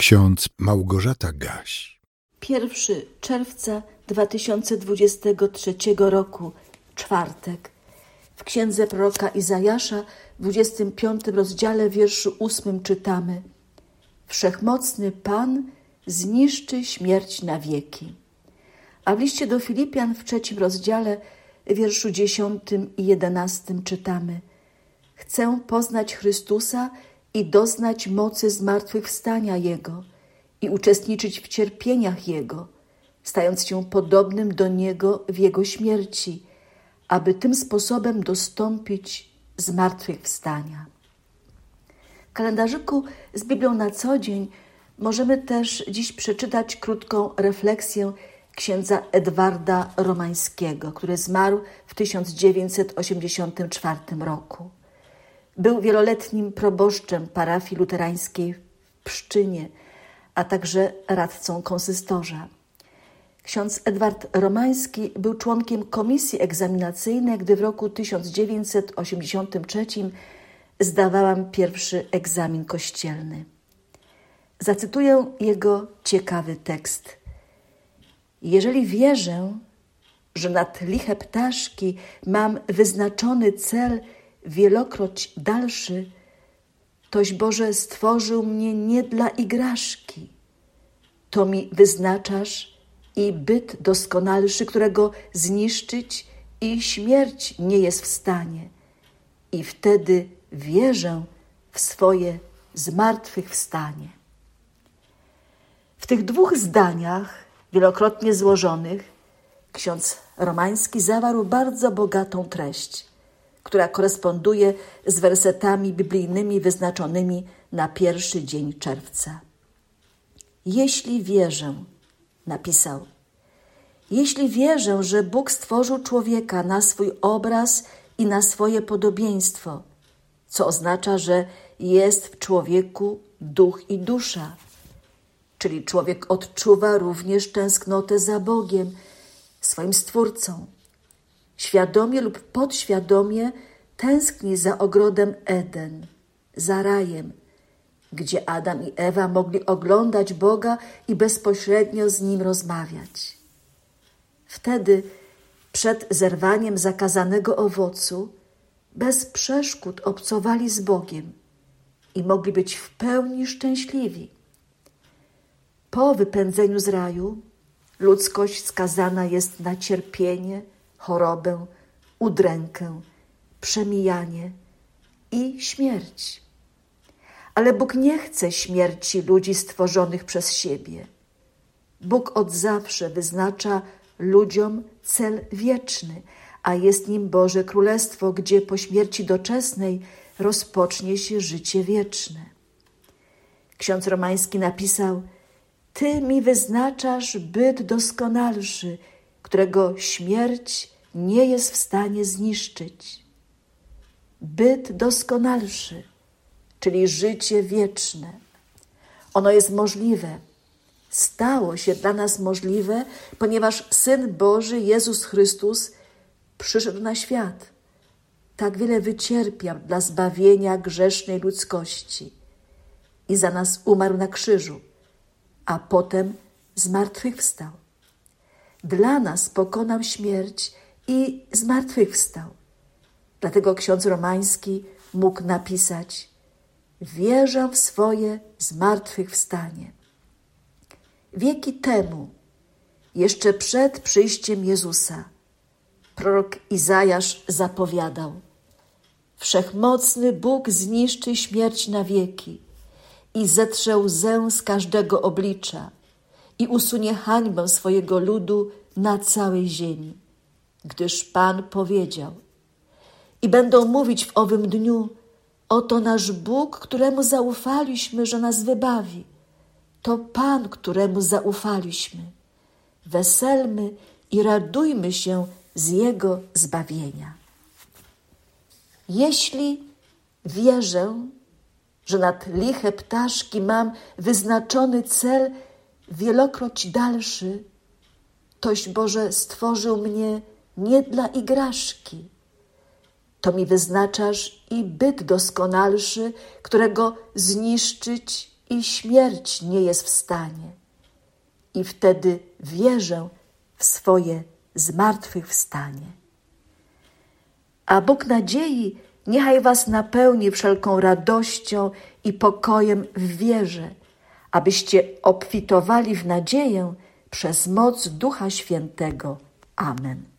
Ksiądz Małgorzata Gaś. 1 czerwca 2023 roku, czwartek. W księdze proroka Izajasza, w 25 rozdziale, wierszu 8 czytamy: Wszechmocny Pan zniszczy śmierć na wieki. A w liście do Filipian w 3 rozdziale, wierszu 10 i 11 czytamy: Chcę poznać Chrystusa i doznać mocy zmartwychwstania Jego i uczestniczyć w cierpieniach Jego, stając się podobnym do Niego w Jego śmierci, aby tym sposobem dostąpić zmartwychwstania. W kalendarzyku z Biblią na co dzień możemy też dziś przeczytać krótką refleksję księdza Edwarda Romańskiego, który zmarł w 1984 roku. Był wieloletnim proboszczem parafii luterańskiej w Pszczynie, a także radcą konsystorza. Ksiądz Edward Romański był członkiem komisji egzaminacyjnej, gdy w roku 1983 zdawałam pierwszy egzamin kościelny. Zacytuję jego ciekawy tekst. Jeżeli wierzę, że na liche ptaszki mam wyznaczony cel wielokroć dalszy, toś Boże stworzył mnie nie dla igraszki. To mi wyznaczasz i byt doskonalszy, którego zniszczyć i śmierć nie jest w stanie. I wtedy wierzę w swoje zmartwychwstanie. W tych dwóch zdaniach, wielokrotnie złożonych, ksiądz Romański zawarł bardzo bogatą treść, która koresponduje z wersetami biblijnymi wyznaczonymi na pierwszy dzień czerwca. Jeśli wierzę, napisał, jeśli wierzę, że Bóg stworzył człowieka na swój obraz i na swoje podobieństwo, co oznacza, że jest w człowieku duch i dusza, czyli człowiek odczuwa również tęsknotę za Bogiem, swoim Stwórcą. Świadomie lub podświadomie tęskni za ogrodem Eden, za rajem, gdzie Adam i Ewa mogli oglądać Boga i bezpośrednio z Nim rozmawiać. Wtedy, przed zerwaniem zakazanego owocu, bez przeszkód obcowali z Bogiem i mogli być w pełni szczęśliwi. Po wypędzeniu z raju ludzkość skazana jest na cierpienie, chorobę, udrękę, przemijanie i śmierć. Ale Bóg nie chce śmierci ludzi stworzonych przez siebie. Bóg od zawsze wyznacza ludziom cel wieczny, a jest nim Boże Królestwo, gdzie po śmierci doczesnej rozpocznie się życie wieczne. Ksiądz Romański napisał: Ty mi wyznaczasz byt doskonalszy, którego śmierć nie jest w stanie zniszczyć. Byt doskonalszy, czyli życie wieczne. Ono jest możliwe. Stało się dla nas możliwe, ponieważ Syn Boży, Jezus Chrystus, przyszedł na świat. Tak wiele wycierpiał dla zbawienia grzesznej ludzkości i za nas umarł na krzyżu, a potem zmartwychwstał. Dla nas pokonał śmierć i zmartwychwstał. Dlatego ksiądz Romański mógł napisać: Wierzę w swoje zmartwychwstanie. Wieki temu, jeszcze przed przyjściem Jezusa, prorok Izajasz zapowiadał: Wszechmocny Bóg zniszczy śmierć na wieki i zetrze łzę z każdego oblicza i usunie hańbę swojego ludu na całej ziemi. Gdyż Pan powiedział: I będą mówić w owym dniu: Oto nasz Bóg, któremu zaufaliśmy, że nas wybawi. To Pan, któremu zaufaliśmy. Weselmy i radujmy się z Jego zbawienia. Jeśli wierzę, że nad liche ptaszki mam wyznaczony cel wielokroć dalszy, toś Boże stworzył mnie nie dla igraszki. To mi wyznaczasz i byt doskonalszy, którego zniszczyć i śmierć nie jest w stanie. I wtedy wierzę w swoje zmartwychwstanie. A Bóg nadziei niechaj was napełni wszelką radością i pokojem w wierze, abyście obfitowali w nadzieję przez moc Ducha Świętego. Amen.